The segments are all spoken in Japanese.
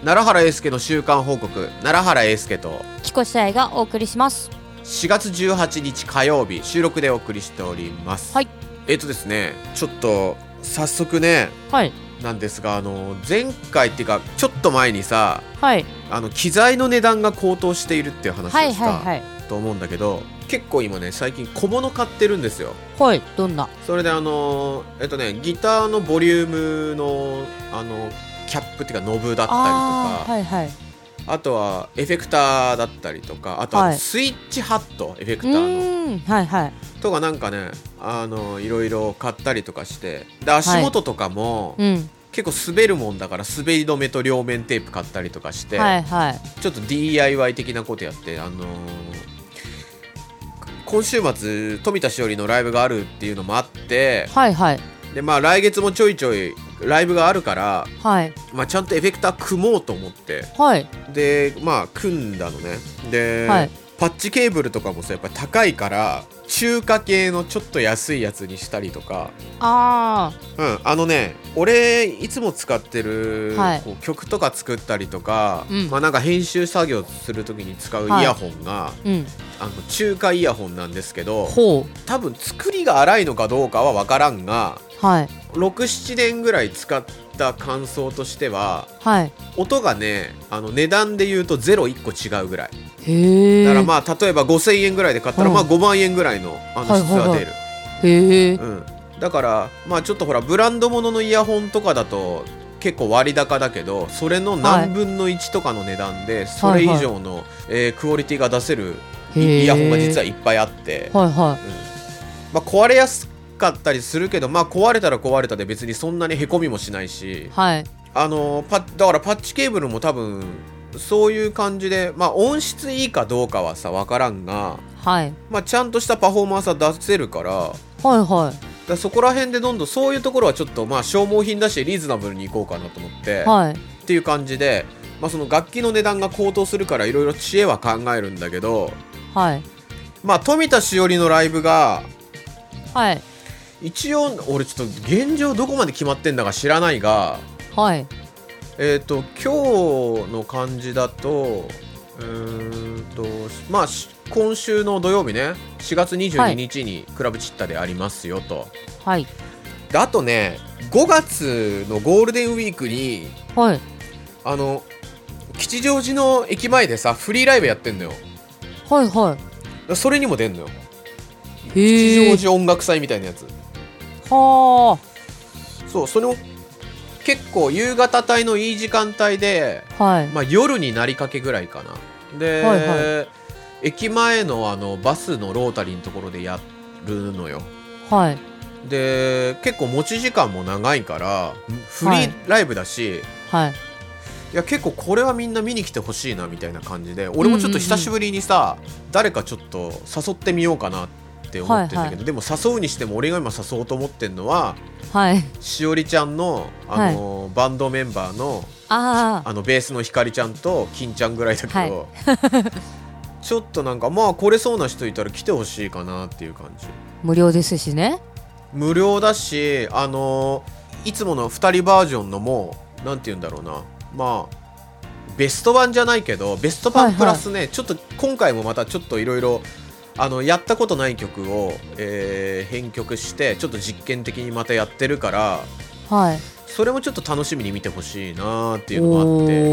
奈良原英介の週間報告、奈良原英介と木越愛がお送りします。 4月18日火曜日収録でお送りしております。 はい。 ですね、ちょっと早速ね、 はい。 なんですが、前回っていうかちょっと前にさ、 はい。 機材の値段が高騰しているっていう話をした、 はい。 と思うんだけど、結構今ね最近小物買ってるんですよ。 はい。どんな？ それでギターのボリュームのキャップっていうかノブだったりとか、 はいはい。 あとはエフェクターだったりとか、あとはスイッチハット、エフェクターのはいはい。 とかなんかね、いろいろ買ったりとかして、で足元とかも、結構滑るもんだから滑り止めと両面テープ買ったりとかして、 はいはい、 ちょっと DIY 的なことやって、今週末富田しおりのライブがあるっていうのもあって、 はいはい、 で来月もちょいちょいライブがあるから、 はい、 ちゃんとエフェクター組もうと思って、 はい、 で組んだのね。で、はい、パッチケーブルとかもさやっぱ高いから中華系のちょっと安いやつにしたりとか。俺いつも使ってる、こう曲とか作ったりとか、なんか編集作業する時に使うイヤホンが、中華イヤホンなんですけど、多分作りが荒いのかどうかは分からんが、6、7年ぐらい使った感想としては、音がね値段で言うと01個違うぐらい。だから例えば5000円ぐらいで買ったら、5万円ぐらいの質は出る。だからちょっとほらブランド物のイヤホンとかだと結構割高だけど、それの何分の1とかの値段でそれ以上の、クオリティが出せるイヤホンが実はいっぱいあって、壊れやすかったりするけど、壊れたら壊れたで別にそんなにへこみもしないし、だからパッチケーブルも多分そういう感じで、音質いいかどうかはさ分からんが、ちゃんとしたパフォーマンスは出せるから、だそこら辺でどんどんそういうところはちょっと消耗品だしリーズナブルにいこうかなと思って、っていう感じで、その楽器の値段が高騰するからいろいろ知恵は考えるんだけど、富田しおりのライブが、一応俺ちょっと現状どこまで決まってんだか知らないが、今日の感じだと今週の土曜日ね、4月22日にクラブチッタでありますよと。であとね5月のゴールデンウィークに、吉祥寺の駅前でさフリーライブやってんのよ。それにも出んのよ。吉祥寺音楽祭みたいなやつ。そう、それも結構夕方帯のいい時間帯で、夜になりかけぐらいかな。で、駅前のバスのロータリーのところでやるのよ。で結構持ち時間も長いからフリーライブだし、いや結構これはみんな見に来てほしいなみたいな感じで、俺もちょっと久しぶりにさ、誰かちょっと誘ってみようかなって思ってんだけど、でも誘うにしても俺が今誘おうと思ってんのは、しおりちゃんのバンドメンバーのベースのひかりちゃんと金ちゃんぐらいだけど、ちょっとなんか来れそうな人いたら来てほしいかなっていう感じ。 無料ですしね。 無料だし、いつもの2人バージョンのもなんて言うんだろうな、ベスト版じゃないけどベスト版プラスね、ちょっと今回もまたちょっといろいろやったことない曲を、編曲してちょっと実験的にまたやってるから、それもちょっと楽しみに見てほしいなっていうのも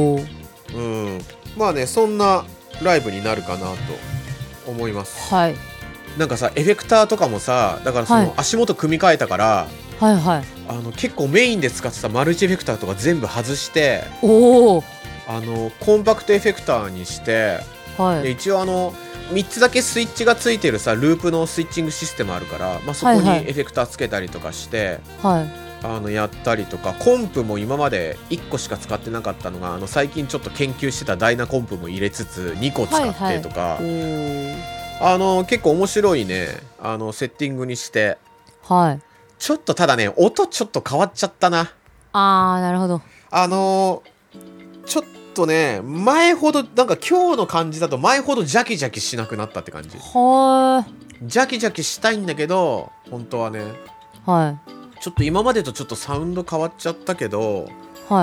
あって、そんなライブになるかなと思います。なんかさエフェクターとかもさ、だからその足元組み替えたから、結構メインで使ってたマルチエフェクターとか全部外して、コンパクトエフェクターにして、で一応3つだけスイッチがついてるさループのスイッチングシステムあるから、そこにエフェクターつけたりとかして、やったりとか、コンプも今まで1個しか使ってなかったのが最近ちょっと研究してたダイナコンプも入れつつ2個使ってとか、結構面白いねセッティングにして、ちょっとただね音ちょっと変わっちゃったな。 なるほど。 ちょっとね前ほどなんか今日の感じだと前ほどジャキジャキしなくなったって感じ。ジャキジャキしたいんだけど本当はね、ちょっと今までとちょっとサウンド変わっちゃったけど、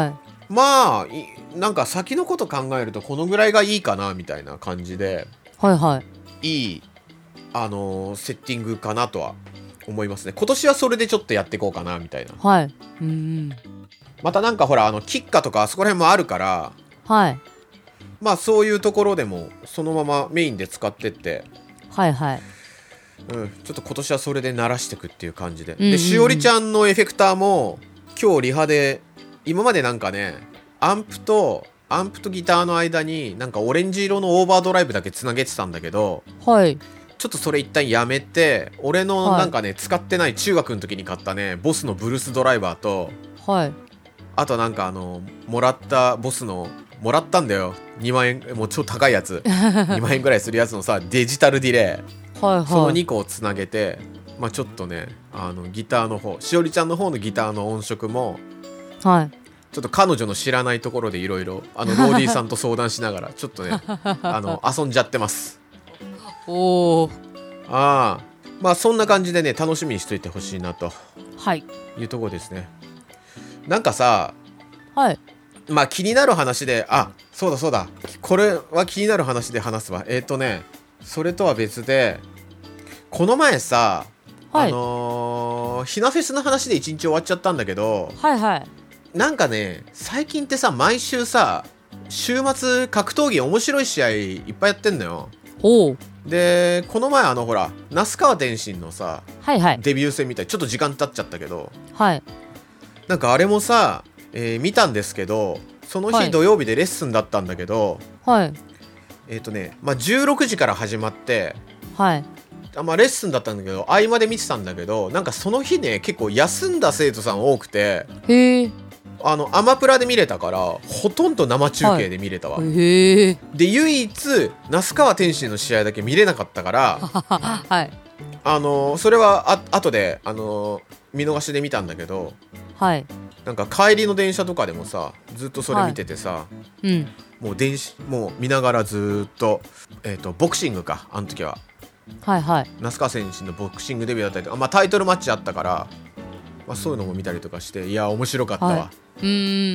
まあなんか先のこと考えるとこのぐらいがいいかなみたいな感じで、 はいはい、 いいセッティングかなとは思いますね。今年はそれでちょっとやっていこうかなみたいな。 はい。うん。 またなんかほらキッカとかあそこら辺もあるから、 はい。 まあそういうところでもそのままメインで使ってって、 はいはい。 ちょっと今年はそれで鳴らしていくっていう感じで、でしおりちゃんのエフェクターも今日リハで、今までなんかねアンプとギターの間になんかオレンジ色のオーバードライブだけつなげてたんだけど、 はい、 ちょっとそれ一旦やめて、俺のなんかね、使ってない中学の時に買ったねボスのブルースドライバーと、 はい、 あとなんかもらったボスのもらったんだよ、2万円、もう超高いやつ2万円ぐらいするやつのさデジタルディレイ、はいはい、その2個をつなげて、まあ、ちょっとねギターの方、しおりちゃんの方のギターの音色も、 はい、 ちょっと彼女の知らないところでいろいろローディーさんと相談しながらちょっとね遊んじゃってます。 おー、 まあそんな感じでね楽しみにしといてほしいなというところですね。なんかさ、 はい、 まあ気になる話で、そうだこれは気になる話で話すわ。それとは別で、この前さ、 はい、 ひなフェスの話で1日終わっちゃったんだけど、 はいはい、 なんかね最近ってさ毎週さ週末格闘技面白い試合いっぱいやってんのよ。 おう。 でこの前ほら那須川天心のさ、 はいはい、 デビュー戦みたい、ちょっと時間経っちゃったけど、 はい、 なんかあれもさ、見たんですけど、その日土曜日でレッスンだったんだけど、 はい、 まあ、16時から始まって、 はい、 まあ、レッスンだったんだけど合間で見てたんだけど、なんかその日ね結構休んだ生徒さん多くて、 へー、 アマプラで見れたからほとんど生中継で見れたわ、 はい、へー、 で唯一那須川天心の試合だけ見れなかったからはい、 それは後で見逃しで見たんだけど、 はい、 なんか帰りの電車とかでもさずっとそれ見ててさ、 うん、 もう見ながらずっと、ボクシングか、あの時ははいはい、 那須川選手のボクシングデビューだったりとか、まあ、タイトルマッチあったから、まあ、そういうのも見たりとかして、いや面白かったわ、 はい、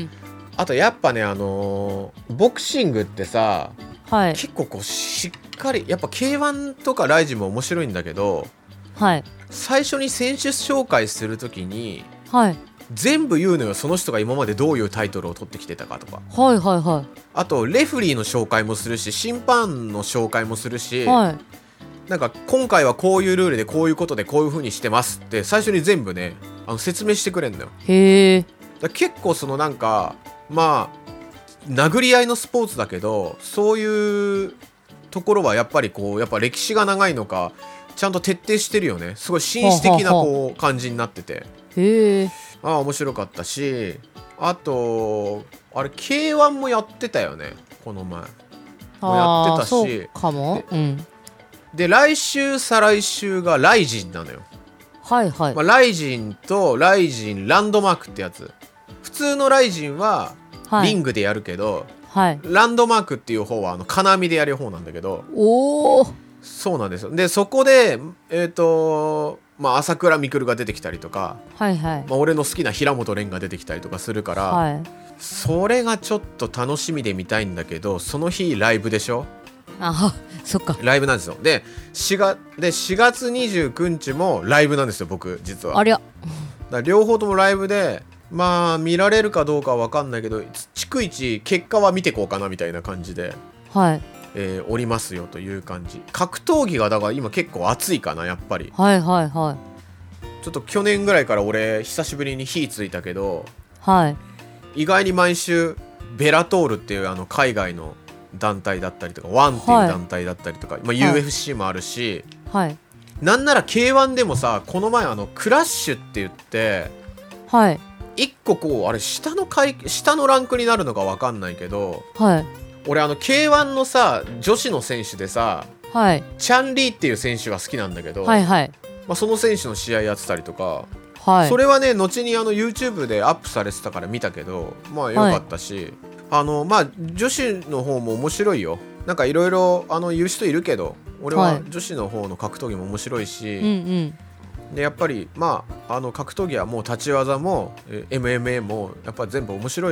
あとやっぱねボクシングってさ、 はい、 結構こうしっかりやっぱ K1 とかライジンも面白いんだけど、 はい、 最初に選手紹介するときに、 はい、 全部言うのよ、その人が今までどういうタイトルを取ってきてたかとか、 はいはいはい、 あとレフリーの紹介もするし審判の紹介もするし、 はい、 なんか今回はこういうルールでこういうことでこういう風にしてますって最初に全部ね説明してくれんのよ。 へー、 だ結構そのなんかまあ殴り合いのスポーツだけど、そういうところはやっぱりこうやっぱ歴史が長いのかちゃんと徹底してるよね。すごい紳士的なこう感じになってて、 へー、 面白かったし、あとあれ K1 もやってたよね、この前もやってたし、 そうかも、うん、 で来週再来週がライジンなのよ。 はいはい、 まあ、ライジンとライジンランドマークってやつ、普通のライジンはリングでやるけど、 はい、 ランドマークっていう方は金網でやる方なんだけど、 おー、 そうなんですよ。でそこでまあ、朝倉未来が出てきたりとか、 はいはい、 まあ、俺の好きな平本蓮が出てきたりとかするから、 はい、 それがちょっと楽しみで見たいんだけど、その日ライブでしょ。 そっか、 ライブなんですよ。で4月29日もライブなんですよ僕実は。 ありゃ、 だから両方ともライブで、まあ見られるかどうかは分かんないけど逐一結果は見てこうかなみたいな感じで、 はい、 おりますよという感じ。格闘技がだから今結構熱いかなやっぱり。 はいはいはい、 ちょっと去年ぐらいから俺久しぶりに火ついたけど、 はい、 意外に毎週ベラトールっていう海外の団体だったりとかワンっていう団体だったりとか、はい、まあ、UFC もあるし、 はい、 なんなら K1 でもさ、この前クラッシュって言って、 はい、 一個こうあれ下のランクになるのか分かんないけど、 はい、 俺K1 のさ女子の選手でさ、 はい、 チャンリーっていう選手が好きなんだけど、 はいはい、 まあ、その選手の試合やってたりとか、 はい、 それはね後にYouTube でアップされてたから見たけど、まあ良かったし、はい、まあ女子の方も面白いよ。なんかいろいろ言う人いるけど、俺は女子の方の格闘技も面白いし、 うんうん、 でやっぱりまあ格闘技はもう立ち技も MMA もやっぱ全部面白いわ。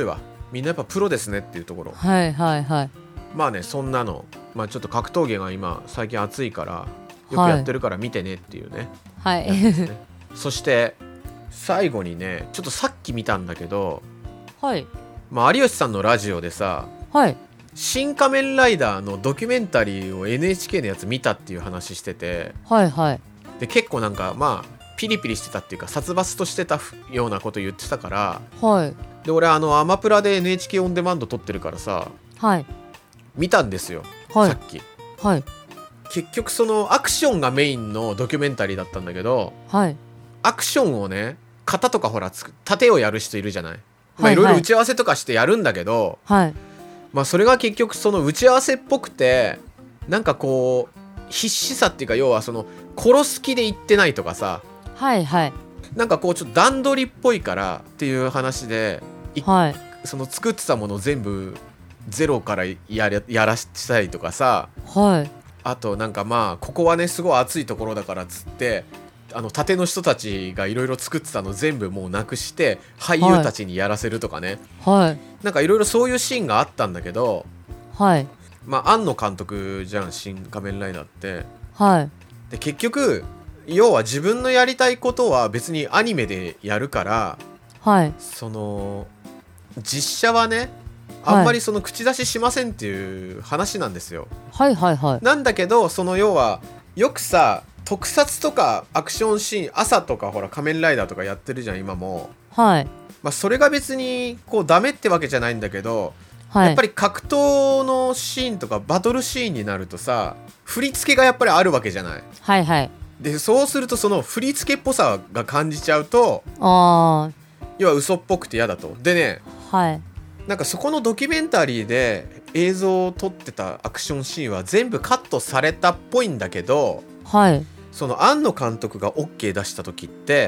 みんなやっぱプロですねっていうところ。 はいはいはい。 まあね、そんなの、まあ、ちょっと格闘技が今最近熱いからよくやってるから見てねっていうね、 はい、 ね、そして最後にね、ちょっとさっき見たんだけど、 はい、 まあ、有吉さんのラジオでさ、 はい、 新仮面ライダーのドキュメンタリーを NHK のやつ見たっていう話してて、 はいはい、 で結構なんかまあピリピリしてたっていうか殺伐としてたようなこと言ってたから、 はい、 で俺アマプラで NHK オンデマンド撮ってるからさ、 はい、 見たんですよ、 はい、 さっき。 はい、 結局そのアクションがメインのドキュメンタリーだったんだけど、 はい、 アクションをね、型とかほら盾をやる人いるじゃない。まあいろいろ打ち合わせとかしてやるんだけど、 はい、 まあそれが結局その打ち合わせっぽくて、なんかこう必死さっていうか、要はその殺す気で言ってないとかさ、 はいはい、 なんかこうちょっと段取りっぽいからっていう話で、 はい、 その作ってたものを全部ゼロからやらしたりとかさ、 はい、 あとなんかまあここはねすごい熱いところだからっつって、盾の人たちがいろいろ作ってたの全部もうなくして俳優たちにやらせるとかね、 はい、 なんかいろいろそういうシーンがあったんだけど、 はい、 まあ庵野監督じゃん、新仮面ライダーって。 はい、 で結局要は自分のやりたいことは別にアニメでやるから、 はい、 その実写はねあんまりその口出ししませんっていう話なんですよ。 はいはいはい。 なんだけど、その要はよくさ特撮とかアクションシーン、朝とかほら仮面ライダーとかやってるじゃん今も。 はい。 まあそれが別にこうダメってわけじゃないんだけど、 はい、 やっぱり格闘のシーンとかバトルシーンになるとさ、振り付けがやっぱりあるわけじゃない。 はいはい。 でそうするとその振り付けっぽさが感じちゃうと、 あ、 要は嘘っぽくて嫌だと。でね、 はい、 なんかそこのドキュメンタリーで映像を撮ってたアクションシーンは全部カットされたっぽいんだけど、 はい、 その庵野監督が OK 出した時って、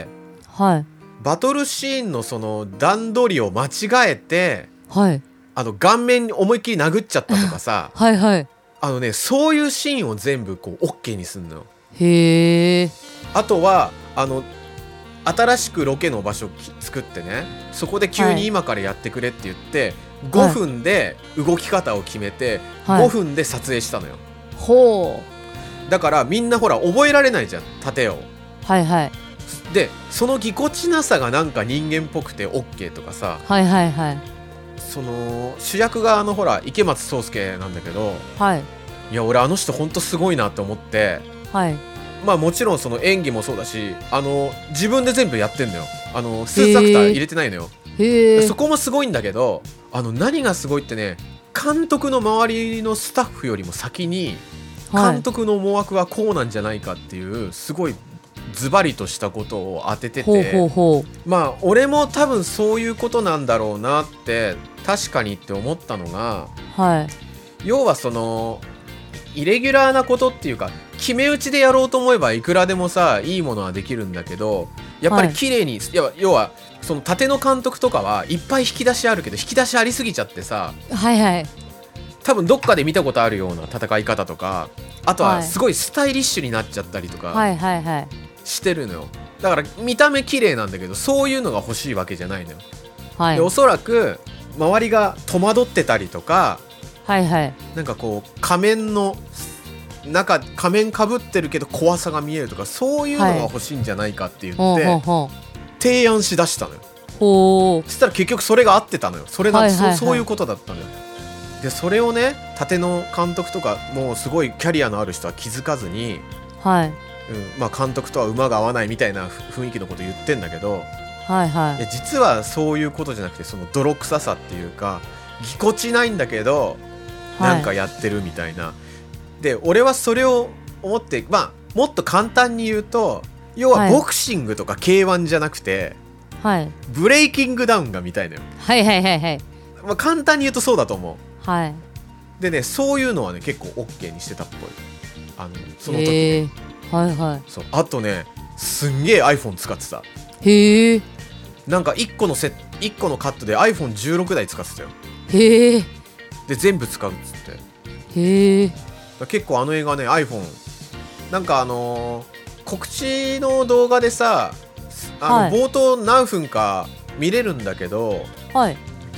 はい、 バトルシーンのその段取りを間違えて、 はい、 顔面に思いっきり殴っちゃったとかさはいはい、 そういうシーンを全部こう OK にすんのよ。 へー。 あとは新しくロケの場所作ってね、そこで急に今からやってくれって言って、はい、5分で動き方を決めて、はい、5分で撮影したのよ。 ほうだからみんなほら覚えられないじゃん、盾を。 はいはい。 でそのぎこちなさがなんか人間っぽくて OK とかさ、 はいはいはい。 その主役がほら池松壮亮なんだけど、 はい、 いや俺人ほんとすごいなって思って、 はい、 まあもちろんその演技もそうだし、自分で全部やってんのよ。スーツアクター入れてないのよ。そこもすごいんだけど、何がすごいってね、監督の周りのスタッフよりも先に監督の思惑はこうなんじゃないかっていうすごいズバリとしたことを当ててて、まあ俺も多分そういうことなんだろうなって確かにって思ったのが、 はい、 要はそのイレギュラーなことっていうか、決め打ちでやろうと思えばいくらでもさいいものはできるんだけど、やっぱり綺麗に、はい、要はその盾の監督とかはいっぱい引き出しあるけど、引き出しありすぎちゃってさ、 はいはい、 多分どっかで見たことあるような戦い方とか、あとはすごいスタイリッシュになっちゃったりとかしてるのよ。だから見た目綺麗なんだけど、そういうのが欲しいわけじゃないのよ。はい、でおそらく周りが戸惑ってたりとか、 はいはい、 なんかこう仮面の中、仮面かぶってるけど怖さが見えるとか、そういうのが欲しいんじゃないかって言って、はい、提案しだしたのよ。そしたら結局それが合ってたのよ。それなん、そういうことだったのよ。でそれをね、盾の監督とかもうすごいキャリアのある人は気づかずに、 はい、 まあ、監督とは馬が合わないみたいな雰囲気のこと言ってんだけど、 はいはい、 いや実はそういうことじゃなくて、その泥臭さっていうか、ぎこちないんだけどなんかやってるみたいな、はい、で俺はそれを思って、まあもっと簡単に言うと、要はボクシングとか K1 じゃなくて、はい、ブレイキングダウンが見たいのよ。 はいはいはいはい、 まあ、簡単に言うとそうだと思う。 はい、 でね、そういうのはね結構 OK にしてたっぽい。その時ね、 はいはい、 そう、あとねすんげえ iPhone 使ってた。 へえ。 なんか1個のカットで iPhone16 台使ってたよ。 へえ。で全部使うっつって。 へえ。 結構映画ね iPhone なんか告知の動画でさ、はい、冒頭何分か見れるんだけど、 はい、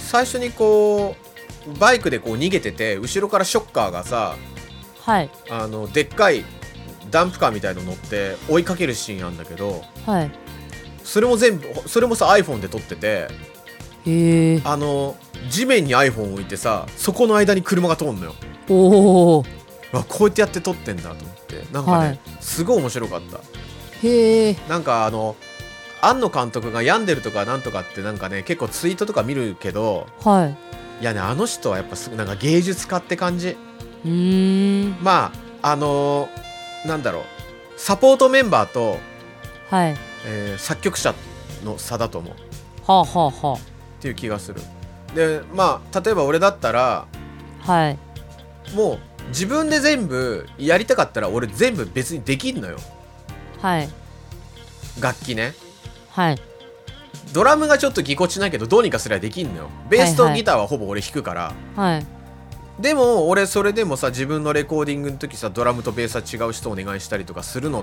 最初にこうバイクでこう逃げてて、後ろからショッカーがさ、 はい、 でっかいダンプカーみたいの乗って追いかけるシーンなんだけど、 はい、 それもさ iPhone で撮ってて、 へえ、 地面に iPhone 置いてさ、そこの間に車が通んのよ。 おお、 こうやってやって撮ってんだと思って、なんかね、はい、すごい面白かった。 へえ。 なんか庵野監督が病んでるとかなんとかってなんかね、結構ツイートとか見るけど、 はい、 いやね、あの人はやっぱなんか芸術家って感じ。まあなんだろう、サポートメンバーと、 はい、 作曲者の差だと思う。 はあはあはあっていう気がする。で、まあ例えば俺だったら、 はい、 もう自分で全部やりたかったら俺全部別にできんのよ。 はい、 楽器ね。 はい、 ドラムがちょっとぎこちないけどどうにかすればできんのよ。ベースとギターはほぼ俺弾くから、 はい、 でも俺それでもさ、自分のレコーディングの時さ、ドラムとベースは違う人をお願いしたりとかするのって、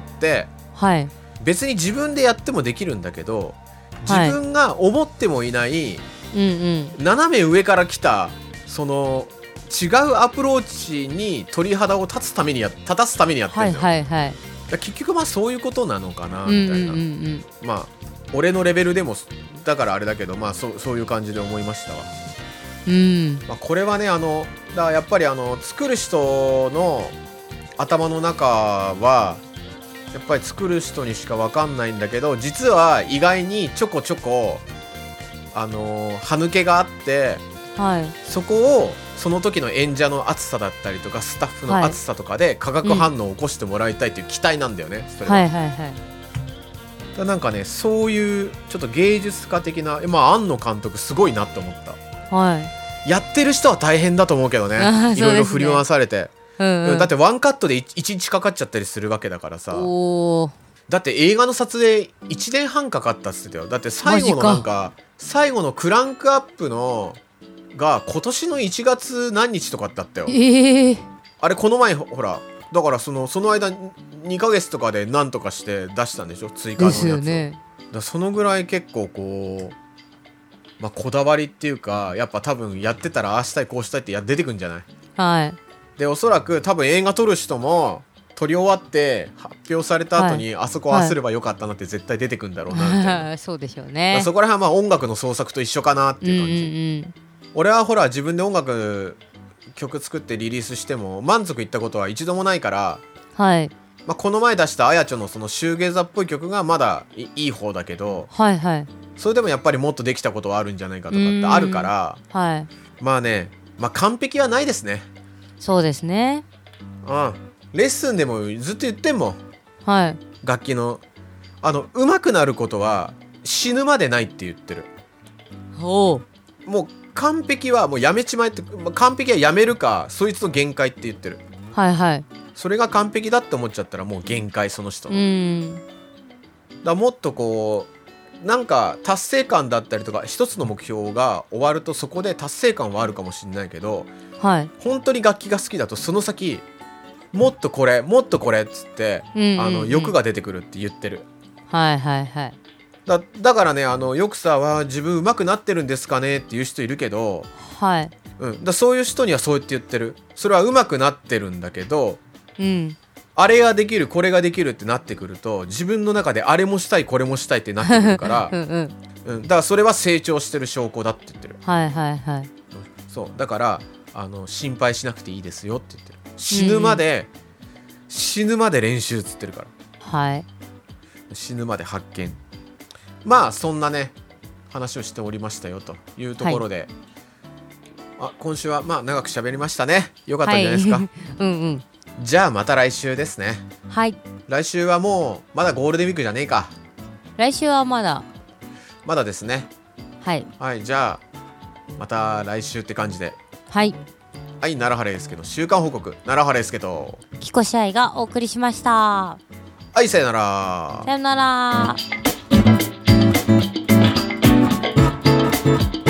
はい、 別に自分でやってもできるんだけど、自分が思ってもいない、斜め上から来たその違うアプローチに鳥肌を立たすためにやってるのよ。 はいはいはい、 結局まあそういうことなのかなみたいな、まあ俺のレベルでもだからあれだけど、まあそういう感じで思いましたわ。まあ、これはね、だからやっぱり作る人の頭の中はやっぱり作る人にしか分かんないんだけど、実は意外にちょこちょこ歯抜けがあって、 はい、 そこをその時の演者の熱さだったりとかスタッフの熱さとかで化学反応を起こしてもらいたいという期待なんだよね、それは。 はいはいはい。 だなんかね、そういうちょっと芸術家的な、まあ庵野監督すごいなって思った。 はい。 やってる人は大変だと思うけどね。いろいろ振り回されて、だってワンカットで1日かかっちゃったりするわけだからさ。だって映画の撮影1年半かかったっつってたよ。だって最後のクランクアップのが今年の1月何日とかだったよ。あれこの前ほら、だからその間2ヶ月とかで何とかして出したんでしょ、追加のやつを。ですよね。だそのぐらい結構こう、まあ、こだわりっていうか、やっぱ多分やってたらああしたいこうしたいって出てくんじゃない。 はい。でおそらく多分映画撮る人も撮り終わって発表された後に、あそこああすればよかったなって絶対出てくんだろうなみたいな。 そうでしょうね。 そこら辺はまあ音楽の創作と一緒かなっていう感じ。俺はほら自分で曲作ってリリースしても満足いったことは一度もないから、 はい。 まあ、この前出したあやちょのそのシューゲーザーっぽい曲がまだいい方だけど、 はいはい、 それでもやっぱりもっとできたことはあるんじゃないかとかってあるから、 はい、 まあね、まあ完璧はないですね。 そうですね。 レッスンでもずっと言ってんもん、 はい、 楽器の上手くなることは死ぬまでないって言ってる。もう完璧はもうやめちまえって、完璧はやめるかそいつの限界って言ってる。 はいはい。 それが完璧だって思っちゃったらもう限界、その人の。だもっとこうなんか達成感だったりとか、一つの目標が終わるとそこで達成感はあるかもしれないけど、 はい、 本当に楽器が好きだとその先もっとこれもっとこれっつって、欲が出てくるって言ってる。 はいはいはい。 だからね、よくさは自分上手くなってるんですかねっていう人いるけど、 はい、 そういう人にはそうやって言ってる。それは上手くなってるんだけど、あれができるこれができるってなってくると自分の中であれもしたいこれもしたいってなってくるからだからそれは成長してる証拠だって言ってる。 はいはいはい。 そうだから心配しなくていいですよって言ってる。死ぬまで練習っつってるから。 はい。 死ぬまで発見。まあそんなね話をしておりましたよというところで、今週はまあ長く喋りましたね。よかったんじゃないですか。じゃあまた来週ですね。 はい。 来週はもうまだゴールデンウィークじゃねえか。 来週はまだですね。 はいはい。じゃあまた来週って感じで。 はいはい。奈良原英介の週間報告、奈良原英介と木越愛がお送りしました。 はい、さよなら。 さよなら。